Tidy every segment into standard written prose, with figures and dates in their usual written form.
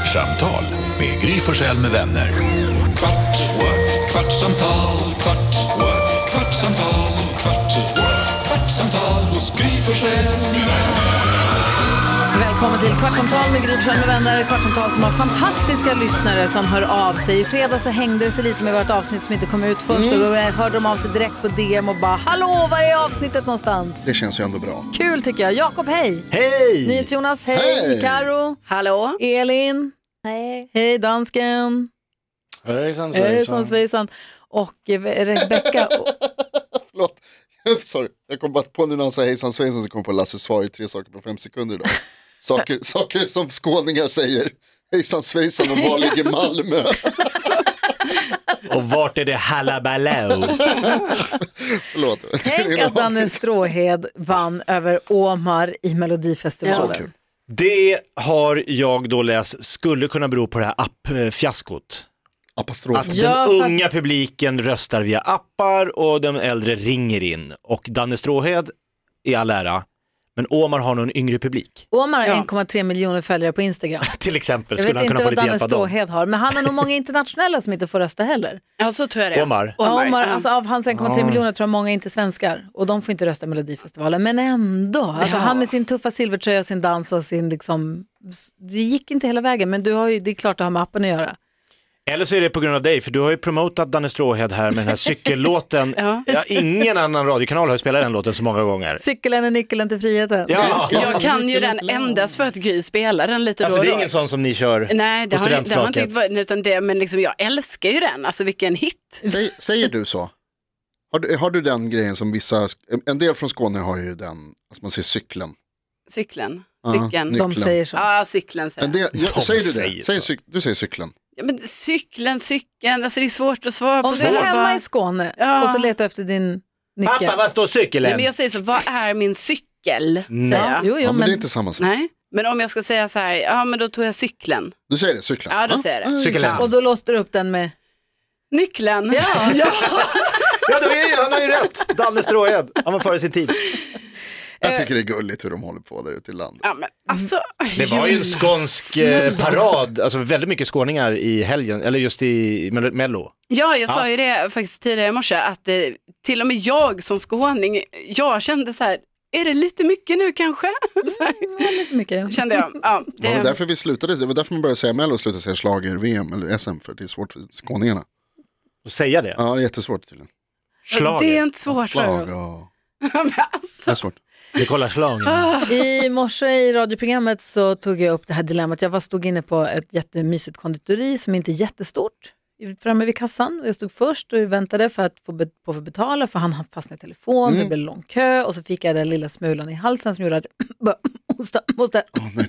Kvartsamtal med Gry Forssell med vänner. Kvartsamtal, kvartsamtal, kvartsamtal hos Gry Forssell med vänner. Välkommen till Kvartsamtal med Gry Forssell med vänner. Kvartsamtal som har fantastiska lyssnare som hör av sig. I fredag så hängde det sig lite med vårt avsnitt som inte kom ut först. Och då hörde de av sig direkt på DM och bara: hallå, var är avsnittet någonstans? Det känns ju ändå bra. Kul tycker jag. Jakob, hej! Hej! NyhetsJonas, hej! Karo, hallå! Elin, hej! Hej dansken! Hejsan svejsan. Och Rebecka. Förlåt, sorry. Jag kom bara på nu när han sa hejsan svejsan, så kom på Lasse svar i 3 saker på 5 sekunder idag. Saker som skåningar säger. Hejsan svejsan, och var ligger Malmö? Och vart är det Hallabaloo? Förlåt. Tänk att Danne Stråhed vann över Omar i Melodifestivalen. Så kul. Det har jag då läst skulle kunna bero på det här appfiaskot. Apostrof. Att den unga publiken röstar via appar och de äldre ringer in. Och Danne Stråhed är all ära, men Omar har någon yngre publik. Omar har 1,3 miljoner följare på Instagram. Till exempel Jag skulle han kunna få lite hjälp av dem. Stråhed har, men han har nog många internationella som inte får rösta heller. Ja, så tror jag det. Omar. Omar, alltså av hans 1,3 miljoner tror jag många inte är svenskar. Och de får inte rösta i Melodifestivalen. Men ändå, alltså han med sin tuffa silvertröja, sin dans och sin liksom, det gick inte hela vägen. Men du har ju, det är klart att ha med appen att göra. Eller så är det på grund av dig, för du har ju promotat Danne Stråhed här med den här cykellåten. Ingen annan radiokanal har ju spelat den låten så många gånger. Cykeln är nyckeln till friheten. Ja. Jag kan ju den endast för att Gry spelar den lite Alltså då och det är då. ingen sån som ni kör. Nej, det på har inte studentflaket. riktigt varit, utan det, men liksom, jag älskar ju den. Alltså vilken hit. Säger du så? Har du den grejen som vissa, en del från Skåne har ju den, alltså man säger cykeln. Cykeln. De säger så. Ja, cykeln säger säger du det? Du säger cykeln. Ja, men cykeln, alltså det är svårt att svara på. Om du är hemma i Skåne och så letar efter din nyckel. Pappa, vad står cykeln? Nej, men jag säger så, vad är min cykel? Säger jag. Jo, Men det är inte samma sak. Nej, men om jag ska säga så här, ja men då tog jag cykeln. Du säger det, cykeln? Ja, då säger jag det. Cykeln. Och då låste du upp den med Nyckeln. Ja. Ja, han har ju rätt. Danne Stråhed, han var före sin tid. Jag tycker det är gulligt hur de håller på där ute i landet. Ja, men alltså, Det var ju en skånsk parad, alltså väldigt mycket skåningar i helgen, eller just i Mello. Ja, jag sa ju det faktiskt tidigare i morse, att till och med jag som skåning, jag kände så här, är det lite mycket nu kanske? lite mycket. Kände jag. Ja, Det var därför vi slutade, det var därför man började säga Mello och slutade säga slager, VM eller SM, för det är svårt för skåningarna. Och säga det. Ja, det är jättesvårt tydligen. Schlager. det är inte svårt för oss. Men Det alltså. är svårt. Vi kollar slagen. I morse i radioprogrammet så tog jag upp det här dilemmat. Jag stod inne på ett jättemysigt konditori som inte är jättestort framme vid kassan. Jag stod först och väntade för att få betala, för han fastnade i telefon, det blev lång kö och så fick jag den lilla smulan i halsen som gjorde att jag måste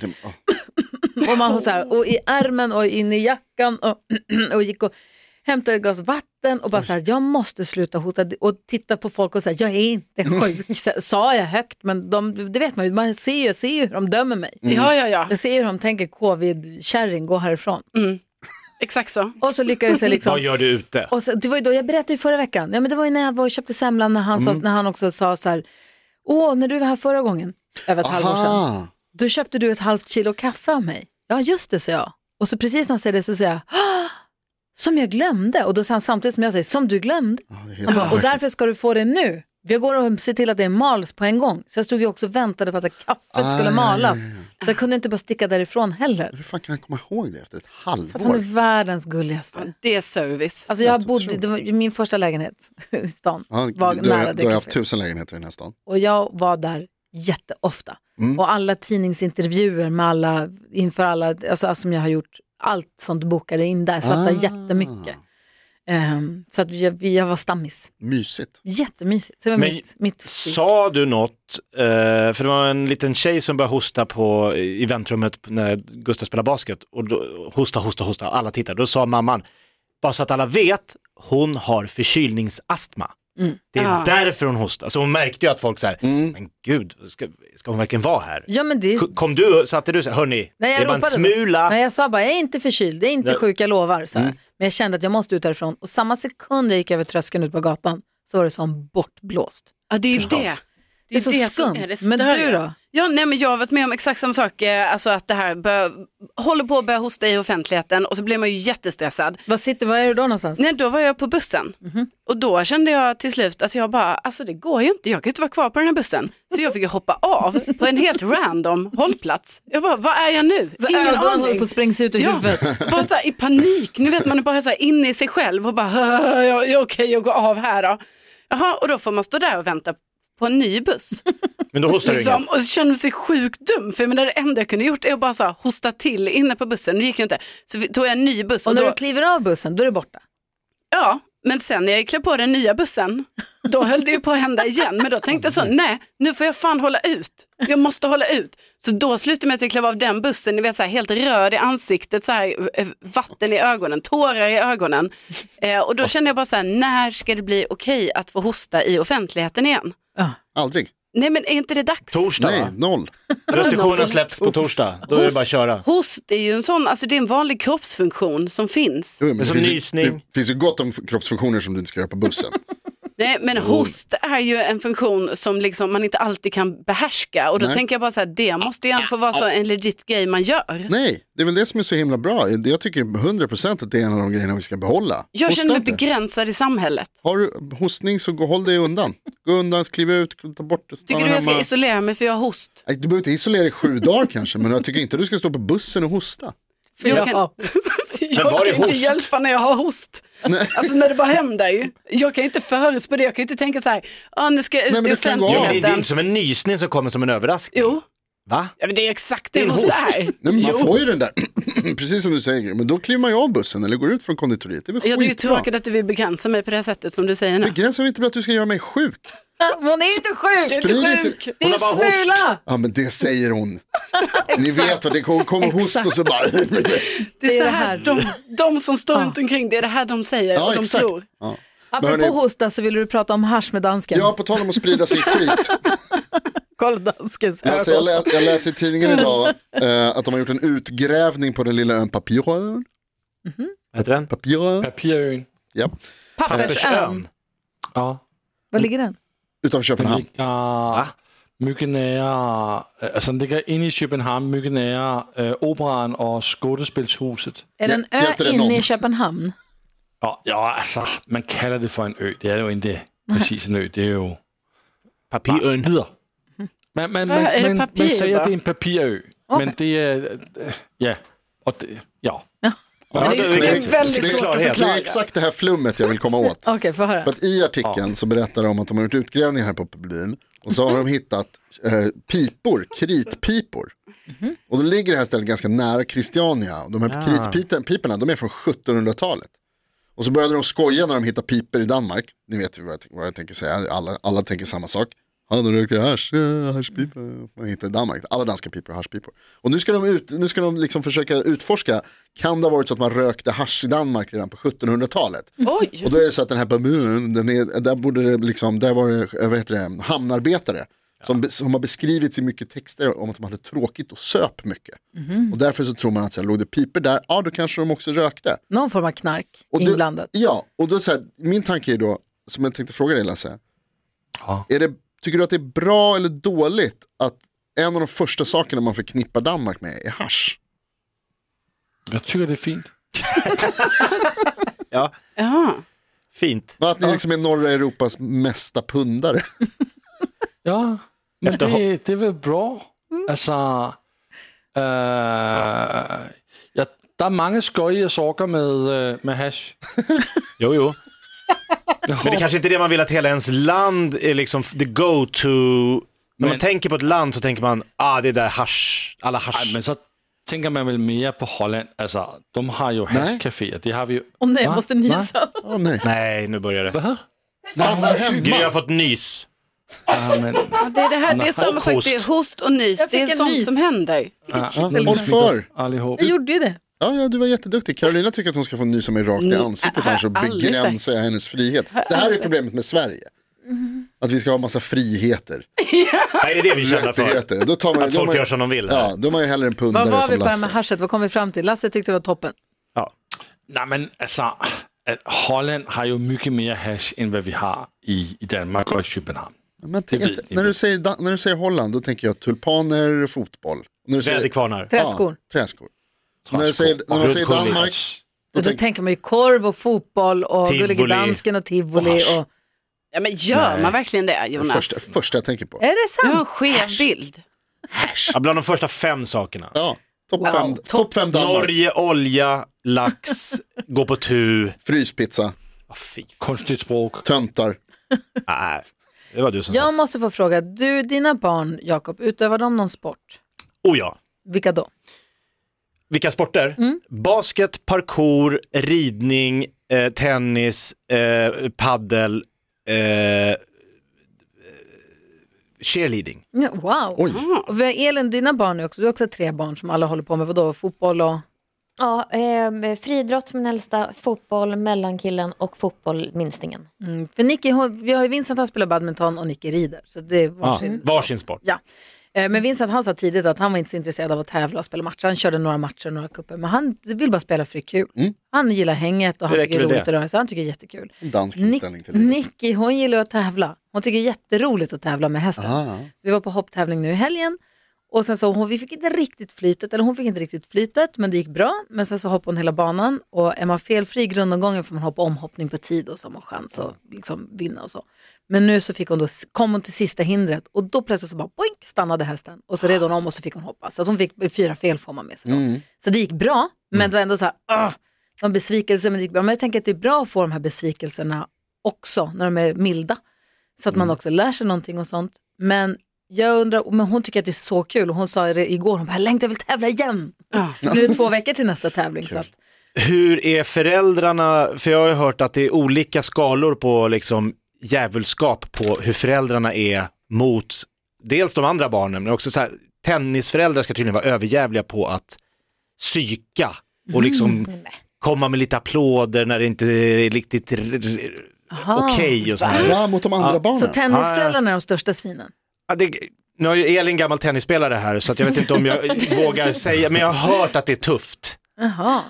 och man så här, och i ärmen och in i jackan och gick och hämtade ett glas vatten och bara så här, jag måste sluta hosta och titta på folk och säga, jag är inte sjuk. Sa jag högt, men det vet man ser ju hur de dömer mig. Ja. Jag ser hur de tänker, covid-kärring, gå härifrån. Exakt så. Och så lyckades jag liksom. Vad gör du ute? Och så, det var ju då, jag berättade ju förra veckan. Ja, men det var ju när jag var och köpte semlan när han också sa så här, när du var här förra gången, över ett halvår sedan. Då köpte du 1/2 kilo kaffe av mig. Ja, just det, sa jag. Och så precis när han säger det så säger jag, som jag glömde. Och då sa han samtidigt som jag säger, som du glömde. Han bara, och därför ska du få det nu. Vi går och ser till att det är mals på en gång. Så jag stod ju också och väntade på att kaffet skulle malas. Så jag kunde inte bara sticka därifrån heller. Hur fan kan han komma ihåg det efter ett halvår? För att han är världens gulligaste. Det är service. Alltså jag bodde, det var min första lägenhet i stan. Var Du nära har haft 1000 lägenheter i den här stan. Och jag var där jätteofta. Och alla tidningsintervjuer med alla, inför alla, alltså som jag har gjort, allt sånt bokade in där. Satt där jättemycket. Så att jag var stammis. Mysigt. Jättemysigt. Så det var mitt sa du något, för det var en liten tjej som började hosta i väntrummet när Gustav spelade basket och då, hosta, alla tittade. Då sa mamman, bara så att alla vet, hon har förkylningsastma. Det är därför hon hostar. Så hon märkte ju att folk så här, men gud, ska hon verkligen vara här? Ja, men det... Kom du, satte du så här, hörni, det är bara en smula. Nej, jag sa bara, jag är inte förkyld, det är inte sjuk, jag lovar. Så här. Men jag kände att jag måste ut därifrån. Och samma sekund jag gick över tröskeln ut på gatan så var det som bortblåst. Ja, det är ju det. Det är så skumt. Men du då? Ja, nej, men jag har varit med om exakt samma sak. Alltså att det här håller på att börja hosta i offentligheten och så blir man ju jättestressad. Vad är du då någonstans? Nej, då var jag på bussen. Och då kände jag till slut att jag bara, alltså det går ju inte. Jag kan inte vara kvar på den här bussen. Så jag fick ju hoppa av på en helt random hållplats. Jag bara, vad är jag nu? Så ingen aning. håller på att sprängs ut ur huvudet. Bara så här, i panik. Nu vet man är bara så här inne i sig själv och bara, okej, jag går av här då. Jaha, och då får man stå där och vänta på en ny buss. Men då hostar du inget. Och kände sig sjukt dum. För det enda jag kunde gjort är att bara så här, hosta till inne på bussen. Det gick ju inte. Så tog jag en ny buss. Och när du kliver av bussen, då är det borta. Ja, men sen när jag klev på den nya bussen, då höll det ju på att hända igen. Men då tänkte jag så, nej, nu får jag fan hålla ut. Jag måste hålla ut. Så då slutade med att jag klev av den bussen, ni vet så här, helt röd i ansiktet, så här, vatten i ögonen, tårar i ögonen. Och då kände jag bara så här, när ska det bli okej att få hosta i offentligheten igen? Aldrig. Nej, men är inte det dags? Torsdag, Nej, va? 0. Restriktionen släpps på torsdag. Då är det bara att köra. Host är ju en sån, alltså det är en vanlig kroppsfunktion som finns. Jo, men Men som nysning. det finns ju gott om kroppsfunktioner som du inte ska göra på bussen. Nej, men host är ju en funktion som liksom man inte alltid kan behärska. Och då tänker jag bara så här, det måste ju få vara så en legit grej man gör. Nej, det är väl det som är så himla bra. Jag tycker 100% att det är en av de grejerna vi ska behålla. Jag Hosta känner mig inte. begränsad i samhället. Har du hostning så håll dig undan. Gå undan, kliv ut, ta bort det. Tycker du jag ska isolera mig för jag har host? Nej, du behöver inte isolera dig 7 dagar kanske, men jag tycker inte att du ska stå på bussen och hosta. Jag kan, jag var det kan inte host? hjälpa när jag har host. Alltså när det bara händer. Jag kan ju inte förutspå det. Jag kan ju inte tänka så här, nu ska jag ut Nej, men i du kan gå av. Ja, men det är offentligheten. inte som en nysning som kommer som en överraskning. Jo, Va? ja, men det är exakt det Det är en host host. är. Nej, men man Jo. får ju den där, precis som du säger, men då kliver man ju av bussen eller går ut från konditoriet. Det är väl Ja, det är ju skitbra. tråkigt att du vill begränsa mig på det här sättet som du säger nu. Begränsar vi inte att du ska göra mig sjuk? Hon är inte sjuk! Sprid inte... Det är har bara smula! Ja, men det säger hon. Ni vet vad det kommer host och så bara... Det är Det är så det här, här. de som står runt omkring, det är det här de säger Ja, och de exakt. tror. Ja. Apropå hörni- hosta så vill du prata om hasch med dansken. Ja, på tal om att sprida sin skit. Kolla danskens Alltså, ögon. jag läser i tidningen idag att de har gjort en utgrävning på den lilla ön Papillon. Vad heter den? Papillon. Papirøen. Ja, Pappersön. Ja. Var ligger den? utanför Den Köpenhamn. ligger mycket nära, alltså den ligger inne i Köpenhamn, mycket nära operan och skådespelshuset. Är det en ö hjälpte det inne någon? i Köpenhamn? Ja, alltså man kallar det för en ö. Det är ju inte precis en ö, det är ju Papirön. papir. Är det papir, Man säger va? att det är en papirö, men det är, ja. Och det, ja. Ja, det är väldigt det svårt att det är förklara. exakt det här flummet jag vill komma åt. Okej, få höra. För att i artikeln så berättar de att de har gjort utgrävningar här på Publin och så har de hittat pipor, kritpipor. Och då ligger det här stället ganska nära Christiania. Och de här kritpiporna, de är från 1700-talet. Och så började de skoja när de hittade pipor i Danmark. Ni vet ju vad jag tänker säga, alla tänker samma sak. Ja, de rökte haschpipor. Man hittar i Danmark. Alla danska pipor och haschpipor. Och nu ska de liksom försöka utforska. Kan det ha varit så att man rökte hasch i Danmark redan på 1700-talet? Oj. Och då är det så att den här Babun, där var det hamnarbetare som har beskrivits i mycket texter om att de hade tråkigt och söp mycket. Och därför så tror man att så här, låg det piper där, ja då kanske de också rökte. Någon form av knark Och då, inblandat. ja, och då så här, min tanke är då, som jag tänkte fråga dig Lasse, Ja. tycker du att det är bra eller dåligt att en av de första sakerna man förknippar Danmark med är hasch? Jag tycker det är fint. Ja, Ja. fint. Att ni liksom är norra Europas mesta pundare. Ja, men Efter det är väl bra. Alltså, ja, der er mange skojiga saker med hash. Jo. Men det kanske inte är det man vill att hela ens land är liksom the go-to. När man tänker på ett land så tänker man, det är där hasch, alla hasch. Ej, men så tänker man väl mer på Holland. Alltså, de har ju hashcaféer. Det har vi ju. Om nej, jag Va? måste nysa. Åh nej. Nej, nu börjar det. Va? Stanna Gry hemma. har fått nys. Ja, men, Ja, det är det här, det är samma sak, det är host och nys. Jag Det är fick en sånt nys. som händer. Ja, håll för. allihop. Jag gjorde ju det. Ja, du var jätteduktig. Carolina tycker att hon ska få nysa mig rakt i ansiktet annars så aldrig begränsar jag hennes frihet. Det här är problemet med Sverige. Att vi ska ha massa friheter. Nej, det är det vi känner för. Rättigheter. Då tar man, Att folk gör som de vill. Ja, då är man ju hellre en Vad pundare var som vi på det här Lasse. med haschet? Vad kom vi fram till? Lasse tyckte det var toppen. Nej, men alltså, att Holland har ju mycket mer hash än vad vi har i Danmark och i Köpenhamn. Men när du säger Holland, då tänker jag tulpaner, fotboll. Väderkvarnar. Träskor. Träskor. När man säger Danmark, Då tänker man ju korv och fotboll och Gullige Dansken och tivoli. Och... Ja, men gör man verkligen det, Jonas? Första jag tänker på. Är det sant? Du har en skev bild. Ja, bland de första 5 sakerna. Ja, topp 5 Danmark. Norge, olja, lax, gå på tu. Fryspizza. Konstigt språk. Töntar. Nej, det var du som Jag måste få fråga, dina barn, Jakob, utövar de någon sport? Oh ja. Vilka då? Vilka sporter? Basket, parkour, ridning, tennis, paddel, cheerleading. Ja, wow. Oj. Och vi har Elin, dina barn nu också. Du har också 3 barn som alla håller på med vadå? Fotboll och... Ja, friidrott min äldsta, fotboll mellankillen och fotboll minstingen. För Nicky, vi har ju Vincent, han spelar badminton och Nicky rider. Så det är varsin sport. Ja. Men Vincent, han sa tidigt att han var inte så intresserad av att tävla och spela matcher. Han körde några matcher, några kupper. Men han vill bara spela för det är kul. Han gillar hänget och han tycker det är roligt att röra sig. Han tycker det är jättekul. En dansk inställning till det. Nicky, hon gillar att tävla. Hon tycker det är jätteroligt att tävla med hästen. Vi var på hopptävling nu i helgen. Och sen så vi fick inte riktigt flytet, men det gick bra. Men sen så hoppade hon hela banan och är man felfri grundomgången får man hoppa omhoppning på tid och så har man chans att liksom vinna och så. Men nu så kom hon till sista hindret och då plötsligt så bara boink, stannade hästen och så red hon om och så fick hon hoppa. Så att hon fick 4 fel får man med sig då. Så det gick bra, men det var ändå så här, en besvikelse, men det gick bra. Men jag tänker att det är bra att få de här besvikelserna också när de är milda. Så att man också lär sig någonting och sånt. Men jag undrar, men hon tycker att det är så kul och hon sa det igår, hon bara, längtar väl tävla igen. Nu är det 2 veckor till nästa tävling. Så att... Hur är föräldrarna, för jag har ju hört att det är olika skalor på liksom djävulskap på hur föräldrarna är mot dels de andra barnen, men också så här, tennisföräldrar ska tydligen vara överjävliga på att psyka och liksom komma med lite applåder när det inte är riktigt okej och så här. Ja, mot de andra barnen. Så tennisföräldrarna är de största svinen? Ja, nu har ju Elin gammal tennisspelare här så att jag vet inte om jag vågar säga, men jag har hört att det är tufft. Jaha.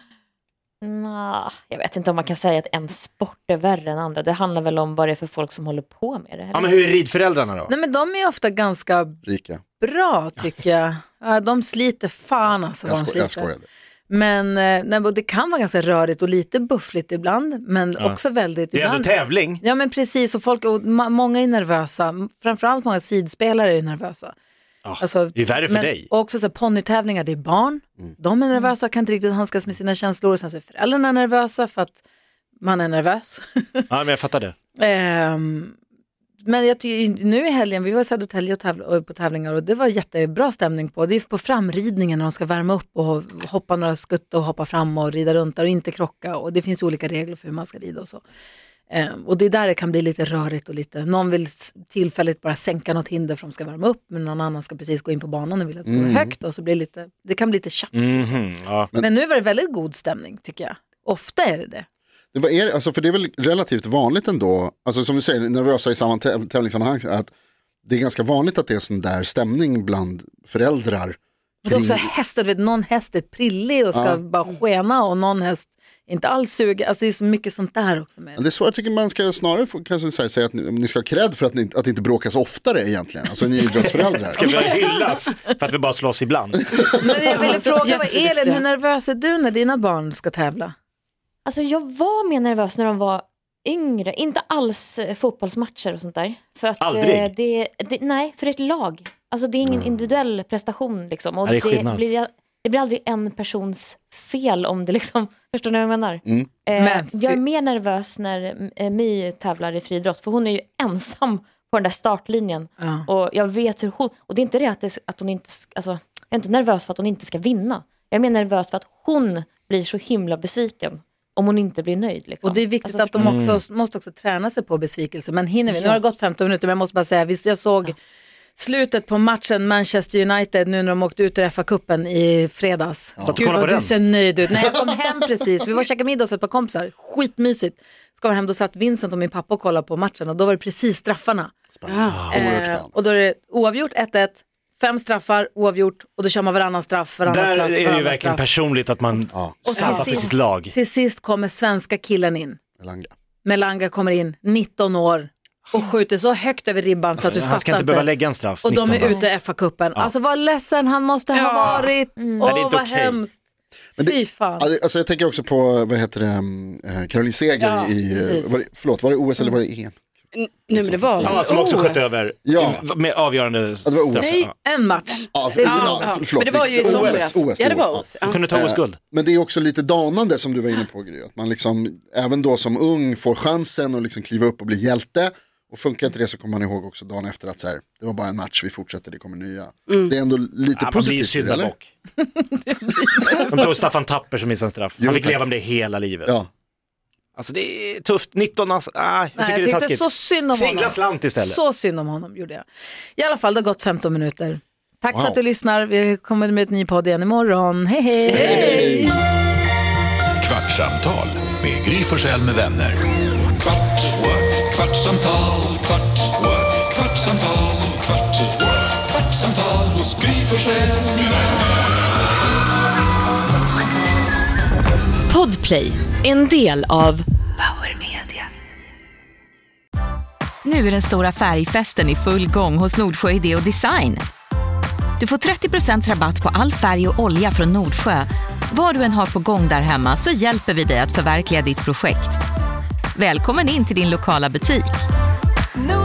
Jag vet inte om man kan säga att en sport är värre än andra. Det handlar väl om vad det är för folk som håller på med det. Eller? Ja, men hur är ridföräldrarna då? Nej, men de är ofta ganska rika. Bra tycker jag. Ja, de sliter fan alltså vad de sliter. Jag skojade. Men det kan vara ganska rörigt och lite buffligt ibland, men också väldigt ibland. Det är ändå tävling. Ja, men precis, och många är nervösa, framförallt många sidspelare är nervösa. Alltså, det är värre för dig. Och också så här, ponnytävlingar, det är barn. De är nervösa, kan inte riktigt handskas med sina känslor. Sen så är föräldrarna nervösa för att man är nervös. Ja, men jag fattar det. Men jag tycker, nu i helgen, vi var i Södertälje på tävlingar och det var jättebra stämning på. Det är på framridningen när de ska värma upp och hoppa några skutt och hoppa fram och rida runt där och inte krocka. Och det finns olika regler för hur man ska rida och så. Och det är där det kan bli lite rörigt och lite, någon vill tillfälligt bara sänka något hinder för att de ska värma upp, men någon annan ska precis gå in på banan och vill att det går högt och så blir det kan bli lite tjafs. Men nu var det väldigt god stämning tycker jag. Ofta är det. Alltså för det är väl relativt vanligt ändå, alltså som du säger, nervösa i tävlingssammanhang, att det är ganska vanligt att det är sån där stämning bland föräldrar. Det är också hästar, du vet, någon häst är prillig och ska bara skena och någon häst inte alls suger, alltså det är så mycket sånt där också med. Det är så jag tycker man ska snarare kanske säga att ni ska ha cred för att inte bråkas oftare egentligen, alltså ni idrottsföräldrar. Ska vi hyllas för att vi bara slåss ibland? Men jag ville fråga, Elin, hur nervös är du när dina barn ska tävla? Alltså jag var mer nervös när de var yngre, inte alls fotbollsmatcher och sånt där. För att, aldrig? Nej, för det är ett lag. Alltså det är ingen individuell prestation liksom. Och det blir aldrig en persons fel om det liksom, förstår ni vad jag menar? Jag är mer nervös när My tävlar i friidrott, för hon är ju ensam på den där startlinjen. Och jag vet hur hon, och det är inte det att hon inte, alltså, jag är inte nervös för att hon inte ska vinna. Jag är mer nervös för att hon blir så himla besviken om hon inte blir nöjd. Liksom. Och det är viktigt att de också måste träna sig på besvikelse. Men hinner vi? Nu har det gått 15 minuter, men jag måste bara säga, visst jag såg slutet på matchen Manchester United nu när de åkte ut ur FA-cupen i fredags. Gud vad du ser nöjd ut. Nej, jag kom hem precis. Vi var och käkade middag hos ett par kompisar. Skitmysigt. Ska vi hem, då satt Vincent och min pappa och kollade på matchen och då var det precis straffarna. Och då är det oavgjort 1-1. 5 straffar, oavgjort, och då kör man varannan straff. Där är det ju verkligen personligt att man satsar för sitt lag. Till sist kommer svenska killen in. Melanga kommer in, 19 år. och skjuter så högt över ribban så att du fattar inte. Han ska inte behöva lägga en straff. Och de är ute i FA-cupen. Alltså vad ledsen han måste ha varit. Vad hemskt. Fy fan. Alltså jag tänker också på, vad heter det, Caroline Seger i, var det OS eller var det EM? Nej, men det var som också sköt över med avgörande straff. Nej, en match. Men det var ju i somras. OS. Ja, det var OS. Kunde ta OS-guld. Men det är också lite danande som du var inne på, Gry. Att man liksom, även då som ung får chansen att liksom kliva upp och bli hjälte. Och funkar inte det så kommer man ihåg också dagen efter att så här, det var bara en match, vi fortsätter, det kommer nya. Det är ändå lite positivt. Man blir syndabock. De tog Staffan Tapper som missade en straff. Han fick leva med det hela livet. Ja. Alltså det är tufft, 19, jag tycker det är taskigt. Så synd om Singla slant istället. Så synd om honom gjorde jag. I alla fall, det har gått 15 minuter. Tack för att du lyssnar, vi kommer med ett ny podd igen imorgon. Hej hej! Kvartsamtal med Gry Forssell med vänner. Kvartsamtal, kvartsamtal, kvartsamtal hos Gry Forssell med vänner. Podplay, en del av Power Media. Nu är den stora färgfesten i full gång hos Nordsjö Idé och Design. Du får 30% rabatt på all färg och olja från Nordsjö. Vad du än har på gång där hemma så hjälper vi dig att förverkliga ditt projekt. Välkommen in till din lokala butik.